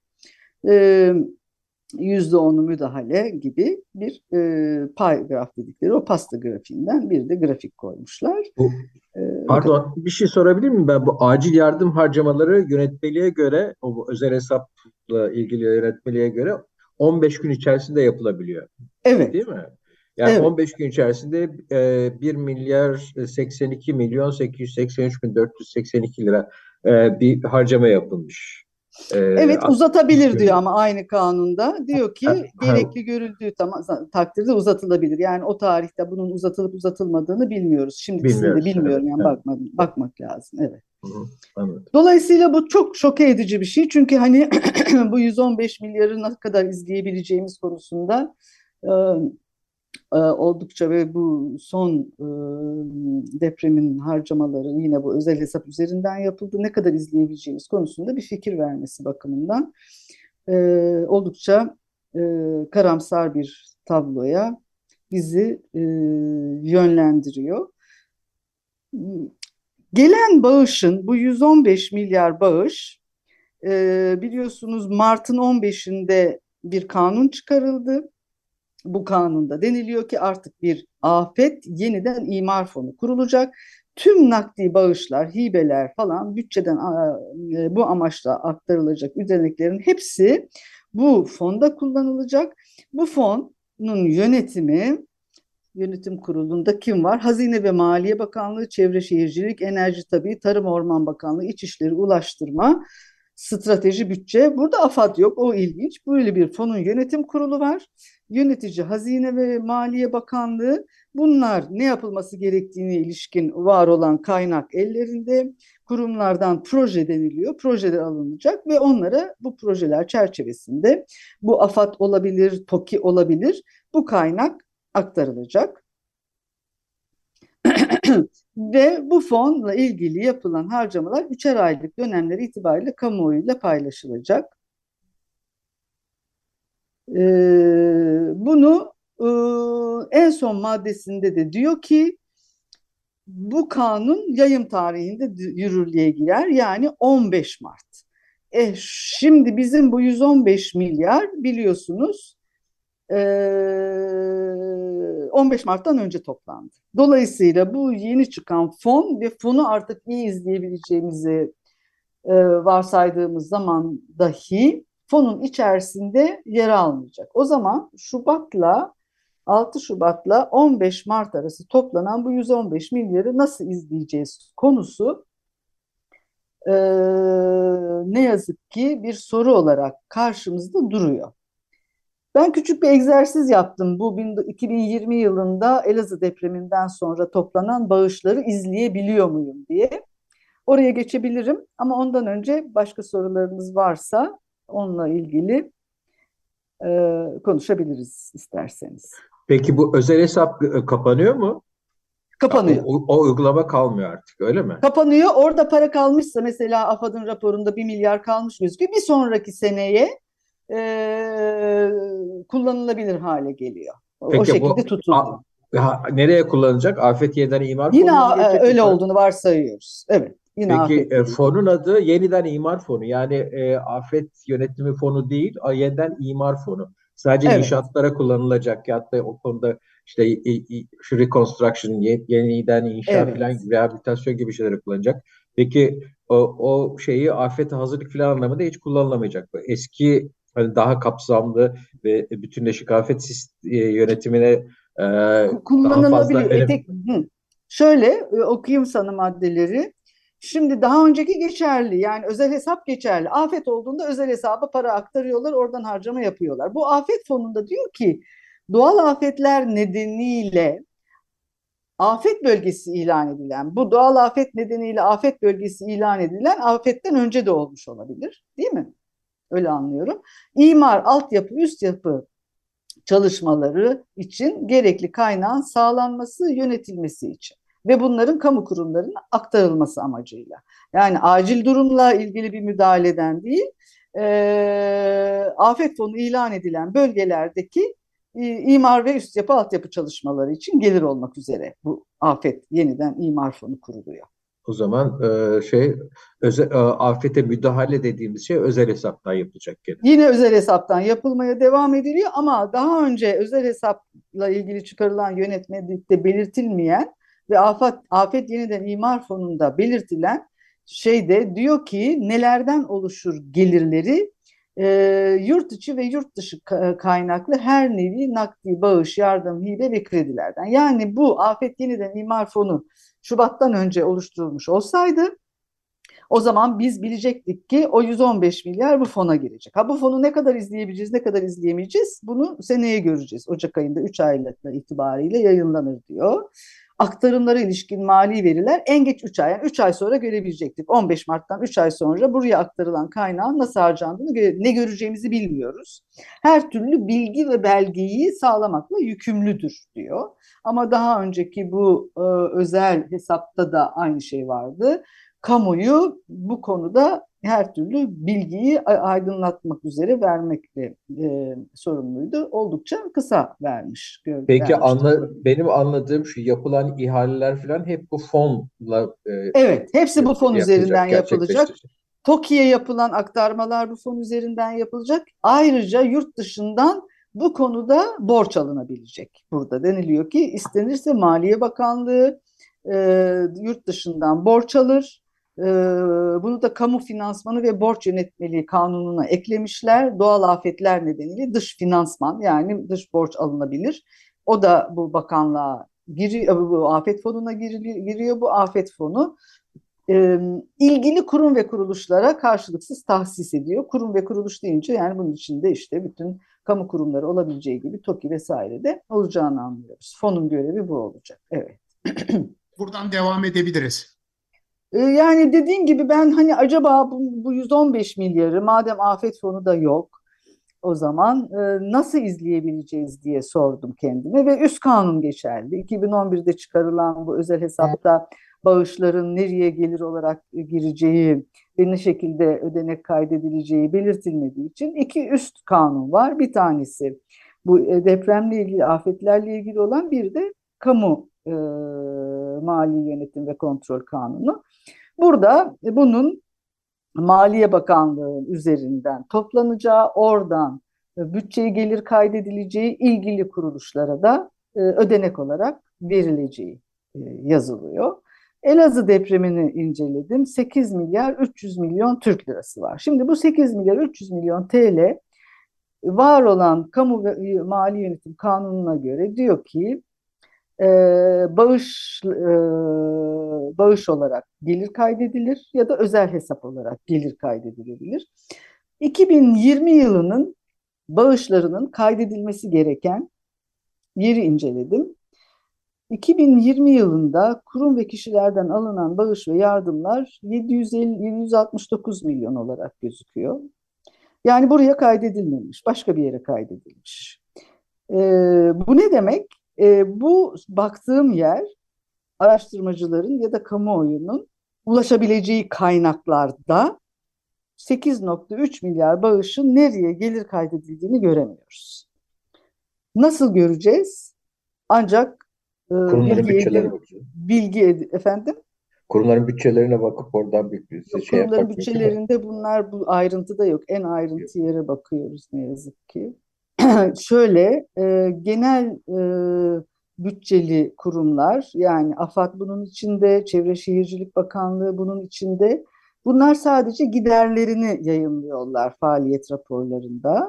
%10'u müdahale gibi bir pie graf dedikleri o pasta grafiğinden bir de grafik koymuşlar. Pardon, bir şey sorabilir miyim ben? Bu acil yardım harcamaları yönetmeliğe göre, o özel hesapla ilgili yönetmeliğe göre 15 gün içerisinde yapılabiliyor. Evet. Değil mi? Yani evet. 15 gün içerisinde 1 milyar 82 milyon 883 bin 482 lira bir harcama yapılmış. Evet, uzatabilir diyor istiyor. ama aynı kanunda. Diyor ki gerekli görüldüğü takdirde uzatılabilir. Yani o tarihte bunun uzatılıp uzatılmadığını bilmiyoruz. Şimdikisini de Bilmiyoruz. Evet, bilmiyorum yani evet. bakmak lazım. Evet. Hı hı, anladım. Dolayısıyla bu çok şoke edici bir şey. Çünkü hani bu 115 milyarı ne kadar izleyebileceğimiz konusunda e, oldukça ve bu son depremin harcamaları yine bu özel hesap üzerinden yapıldı. Ne kadar izleyebileceğimiz konusunda bir fikir vermesi bakımından e, oldukça karamsar bir tabloya bizi yönlendiriyor. Gelen bağışın bu 115 milyar bağış biliyorsunuz Mart'ın 15'inde bir kanun çıkarıldı. Bu kanunda deniliyor ki artık bir afet yeniden imar fonu kurulacak. Tüm nakdi bağışlar, hibeler falan bütçeden bu amaçla aktarılacak ödeneklerin hepsi bu fonda kullanılacak. Bu fonun yönetim kurulunda kim var? Hazine ve Maliye Bakanlığı, Çevre Şehircilik, Enerji Tabii, Tarım Orman Bakanlığı, İçişleri, Ulaştırma, Strateji, Bütçe. Burada AFAD yok. O ilginç. Böyle bir fonun yönetim kurulu var. Yönetici Hazine ve Maliye Bakanlığı. Bunlar ne yapılması gerektiğine ilişkin var olan kaynak ellerinde. Kurumlardan proje deniliyor. Projeler alınacak ve onlara bu projeler çerçevesinde bu AFAD olabilir, TOKİ olabilir. Bu kaynak aktarılacak. Ve bu fonla ilgili yapılan harcamalar 3'er aylık dönemleri itibariyle kamuoyuyla paylaşılacak. Bunu en son maddesinde de diyor ki bu kanun yayım tarihinde yürürlüğe girer, yani 15 Mart. Şimdi bizim bu 115 milyar biliyorsunuz 15 Mart'tan önce toplandı. Dolayısıyla bu yeni çıkan fon ve fonu artık iyi izleyebileceğimizi varsaydığımız zaman dahi fonun içerisinde yer almayacak. O zaman 6 Şubat'la 15 Mart arası toplanan bu 115 milyarı nasıl izleyeceğiz konusu ne yazık ki bir soru olarak karşımızda duruyor. Ben küçük bir egzersiz yaptım. Bu 2020 yılında Elazığ depreminden sonra toplanan bağışları izleyebiliyor muyum diye. Oraya geçebilirim ama ondan önce başka sorularınız varsa onunla ilgili konuşabiliriz isterseniz. Peki bu özel hesap kapanıyor mu? Kapanıyor. O uygulama kalmıyor artık, öyle mi? Kapanıyor. Orada para kalmışsa mesela AFAD'ın raporunda 1 milyar kalmış gözüküyor. Bir sonraki seneye kullanılabilir hale geliyor. O Peki şekilde tutuluyor. nereye kullanılacak? Afet Yeniden İmar Yine Fonu'na mı geçecek? öyle olduğunu varsayıyoruz. Evet. Yine Peki afet fonun adı Yeniden İmar Fonu. Yani Afet Yönetimi Fonu değil, Yeniden İmar Fonu. Sadece Evet. inşaatlara kullanılacak ya da o konuda işte şu reconstruction, yeniden inşa Evet. falan, rehabilitasyon gibi şeylere kullanacak. Peki o şeyi afete hazırlık falan anlamında hiç kullanılamayacak. Eski hani daha kapsamlı ve bütünleşik afet yönetimine daha fazla Kullanılabiliyor. Şöyle okuyayım sana maddeleri. Şimdi daha önceki geçerli, yani özel hesap geçerli. Afet olduğunda özel hesaba para aktarıyorlar, oradan harcama yapıyorlar. Bu afet fonunda diyor ki doğal afetler nedeniyle afet bölgesi ilan edilen, bu doğal afet nedeniyle afet bölgesi ilan edilen afetten önce de olmuş olabilir, değil mi? Öyle anlıyorum. İmar, altyapı, üst yapı çalışmaları için gerekli kaynağın sağlanması, yönetilmesi için ve bunların kamu kurumlarına aktarılması amacıyla. Yani acil durumla ilgili bir müdahaleden değil, afet fonu ilan edilen bölgelerdeki imar ve üst yapı altyapı çalışmaları için gelir olmak üzere bu afet yeniden imar fonu kuruluyor. o zaman afete müdahale dediğimiz şey özel hesaptan yapılacak gene. Yine özel hesaptan yapılmaya devam ediliyor ama daha önce özel hesapla ilgili çıkarılan yönetmelikte belirtilmeyen ve Afet Yeniden İmar Fonu'nda belirtilen şeyde diyor ki nelerden oluşur gelirleri, yurt içi ve yurt dışı kaynaklı her nevi nakdi bağış, yardım, hibe ve kredilerden. Yani bu Afet Yeniden İmar Fonu Şubat'tan önce oluşturulmuş olsaydı O zaman biz bilecektik ki o 115 milyar bu fona girecek. Ha, bu fonu ne kadar izleyebileceğiz, ne kadar izleyemeyeceğiz? Bunu seneye göreceğiz. Ocak ayında 3 aylık itibariyle yayınlanır diyor. Aktarımlara ilişkin mali veriler en geç 3 ay, yani 3 ay sonra görebilecektik. 15 Mart'tan 3 ay sonra buraya aktarılan kaynağın nasıl harcandığını, ne göreceğimizi bilmiyoruz. Her türlü bilgi ve belgeyi sağlamakla yükümlüdür diyor. Ama daha önceki bu özel hesapta da aynı şey vardı. Kamuoyu bu konuda her türlü bilgiyi aydınlatmak üzere vermekle sorumluydu. Oldukça kısa vermiş. Peki vermişti. benim anladığım şu, yapılan ihaleler falan hep bu fonla Evet, hepsi bu fon üzerinden yapılacak. gerçekleştirecek. TOKİ'ye yapılan aktarmalar bu fon üzerinden yapılacak. Ayrıca yurt dışından bu konuda borç alınabilecek. Burada deniliyor ki istenirse Maliye Bakanlığı yurt dışından borç alır. Bunu da kamu finansmanı ve borç yönetmeliği kanununa eklemişler. Doğal afetler nedeniyle dış finansman, yani dış borç alınabilir. O da bu bakanlığa giriyor, bu afet fonuna giriyor. Bu afet fonu ilgili kurum ve kuruluşlara karşılıksız tahsis ediyor. Kurum ve kuruluş deyince yani bunun içinde işte bütün kamu kurumları olabileceği gibi TOKİ vesaire de olacağını anlıyoruz. Fonun görevi bu olacak. Evet. Buradan devam edebiliriz. Yani dediğim gibi ben hani acaba bu 115 milyarı madem afet fonu da yok, o zaman nasıl izleyebileceğiz diye sordum kendime ve üst kanun geçerli. 2011'de çıkarılan bu özel hesapta bağışların nereye gelir olarak gireceği ve ne şekilde ödenek kaydedileceği belirtilmediği için iki üst kanun var. Bir tanesi bu depremle ilgili, afetlerle ilgili olan, bir de kamu mali yönetim ve kontrol kanunu. Burada bunun Maliye Bakanlığı üzerinden toplanacağı, oradan bütçeye gelir kaydedileceği, ilgili kuruluşlara da ödenek olarak verileceği yazılıyor. Elazığ depremini inceledim. 8 milyar 300 milyon Türk lirası var. Şimdi bu 8 milyar 300 milyon TL var olan kamu ve mali yönetim kanununa göre diyor ki bağış olarak gelir kaydedilir ya da özel hesap olarak gelir kaydedilebilir. 2020 yılının bağışlarının kaydedilmesi gereken yeri inceledim. 2020 yılında kurum ve kişilerden alınan bağış ve yardımlar 769 milyon olarak gözüküyor. Yani buraya kaydedilmemiş, başka bir yere kaydedilmiş. Bu ne demek? Bu baktığım yer araştırmacıların ya da kamuoyunun ulaşabileceği kaynaklarda 8,3 milyar bağışın nereye gelir kaydedildiğini göremiyoruz. Nasıl göreceğiz? Ancak Kurumların bütçelerine bakacağız. Efendim? Kurumların bütçelerine bakıp oradan bir şey yapmak Kurumların mümkün mü? bütçelerinde bunlar bu ayrıntıda yok. En ayrıntı yere bakıyoruz ne yazık ki. Şöyle genel bütçeli kurumlar, yani AFAD bunun içinde, Çevre Şehircilik Bakanlığı bunun içinde. Bunlar sadece giderlerini yayınlıyorlar faaliyet raporlarında.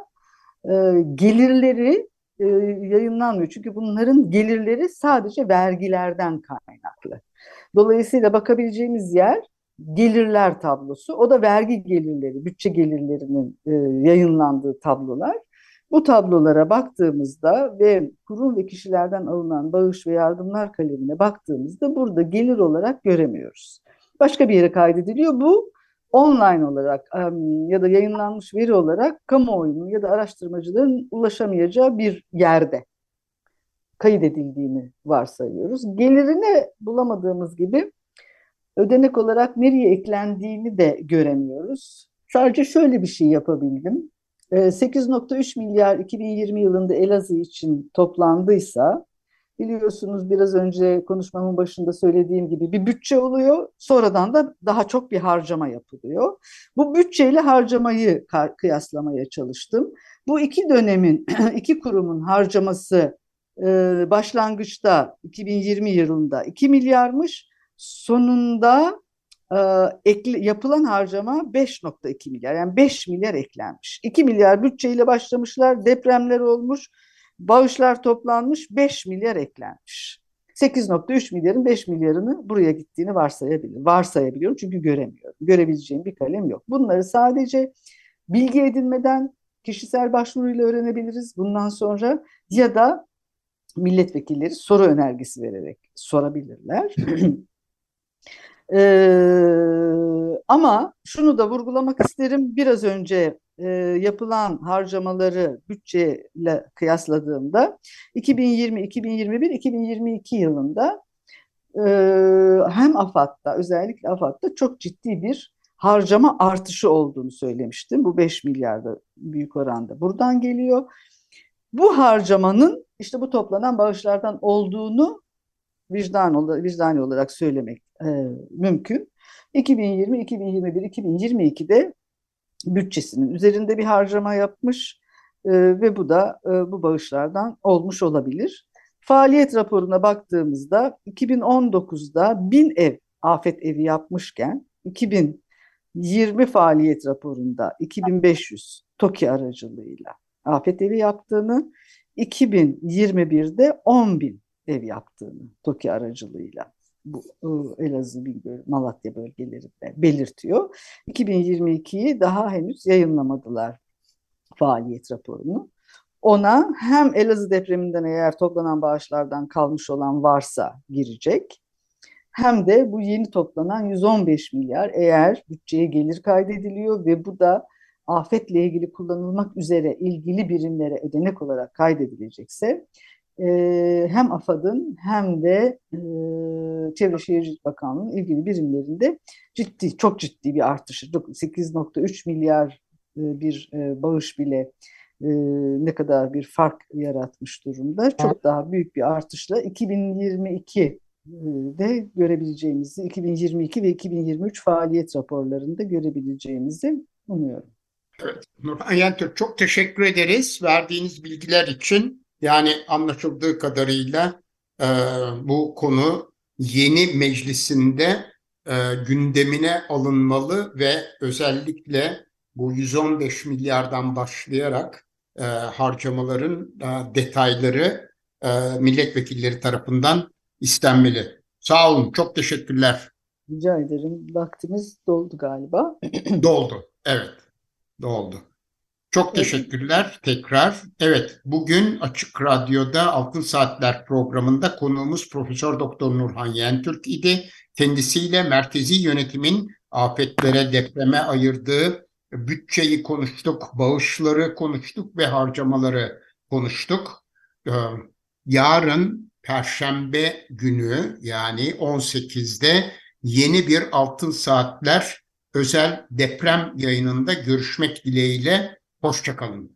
Gelirleri yayınlanmıyor. Çünkü bunların gelirleri sadece vergilerden kaynaklı. Dolayısıyla bakabileceğimiz yer gelirler tablosu. O da vergi gelirleri, bütçe gelirlerinin yayınlandığı tablolar. Bu tablolara baktığımızda ve kurum ve kişilerden alınan bağış ve yardımlar kalemine baktığımızda burada gelir olarak göremiyoruz. Başka bir yere kaydediliyor. Bu online olarak ya da yayınlanmış veri olarak kamuoyunun ya da araştırmacıların ulaşamayacağı bir yerde kaydedildiğini varsayıyoruz. Gelirini bulamadığımız gibi ödenek olarak nereye eklendiğini de göremiyoruz. Sadece şöyle bir şey yapabildim. 8,3 milyar 2020 yılında Elazığ için toplandıysa, biliyorsunuz biraz önce konuşmamın başında söylediğim gibi bir bütçe oluyor. Sonradan da daha çok bir harcama yapılıyor. Bu bütçeyle harcamayı kıyaslamaya çalıştım. Bu iki dönemin, iki kurumun harcaması başlangıçta 2020 yılında 2 milyarmış. Sonunda yapılan harcama 5,2 milyar, yani 5 milyar eklenmiş. 2 milyar bütçeyle başlamışlar, depremler olmuş, bağışlar toplanmış, 5 milyar eklenmiş. 8,3 milyarın 5 milyarını buraya gittiğini varsayabiliyorum çünkü göremiyorum. Görebileceğim bir kalem yok. Bunları sadece bilgi edinmeden kişisel başvuruyla öğrenebiliriz bundan sonra ya da milletvekilleri soru önergesi vererek sorabilirler. Ama şunu da vurgulamak isterim. Biraz önce yapılan harcamaları bütçeyle kıyasladığımda 2020, 2021, 2022 yılında hem AFAD'da, özellikle AFAD'da çok ciddi bir harcama artışı olduğunu söylemiştim. Bu 5 milyarda büyük oranda buradan geliyor. Bu harcamanın işte bu toplanan bağışlardan olduğunu vicdani olarak söylemek mümkün. 2020, 2021, 2022'de bütçesinin üzerinde bir harcama yapmış ve bu da bu bağışlardan olmuş olabilir. Faaliyet raporuna baktığımızda 2019'da 1000 ev afet evi yapmışken 2020 faaliyet raporunda 2500 TOKİ aracılığıyla afet evi yaptığını, 2021'de 10.000 ev yaptığını TOKİ aracılığıyla bu Elazığ, Bingöl, Malatya bölgelerinde belirtiyor. 2022'yi daha henüz yayınlamadılar faaliyet raporunu. Ona hem Elazığ depreminden eğer toplanan bağışlardan kalmış olan varsa girecek, hem de bu yeni toplanan 115 milyar eğer bütçeye gelir kaydediliyor ve bu da afetle ilgili kullanılmak üzere ilgili birimlere ödenek olarak kaydedilecekse hem AFAD'ın hem de Çevre Şehircilik Bakanlığı'nın ilgili birimlerinde çok ciddi bir artışı. 8,3 milyar bir bağış bile ne kadar bir fark yaratmış durumda. Çok daha büyük bir artışla 2022'de görebileceğimizi, 2022 ve 2023 faaliyet raporlarında görebileceğimizi umuyorum. Evet, Nurhan Yentürk, çok teşekkür ederiz verdiğiniz bilgiler için. Yani anlaşıldığı kadarıyla bu konu yeni meclisinde gündemine alınmalı ve özellikle bu 115 milyardan başlayarak harcamaların detayları milletvekilleri tarafından istenmeli. Sağ olun, çok teşekkürler. Rica ederim. Vaktimiz doldu galiba. Doldu, evet, doldu. Çok teşekkürler tekrar. Evet, bugün Açık Radyo'da Altın Saatler programında konuğumuz Profesör Doktor Nurhan Yentürk idi. Kendisiyle merkezi yönetimin afetlere, depreme ayırdığı bütçeyi konuştuk, bağışları konuştuk ve harcamaları konuştuk. Yarın Perşembe günü yani 18'de yeni bir Altın Saatler özel deprem yayınında görüşmek dileğiyle. Hoşça kalın.